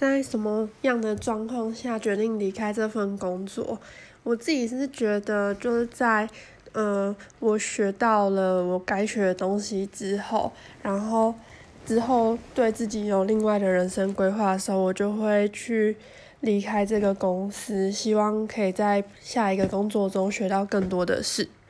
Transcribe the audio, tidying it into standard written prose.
在什么样的状况下决定离开这份工作？我自己是觉得就是在我学到了我该学的东西之后，然后之后对自己有另外的人生规划的时候，我就会去离开这个公司，希望可以在下一个工作中学到更多的事。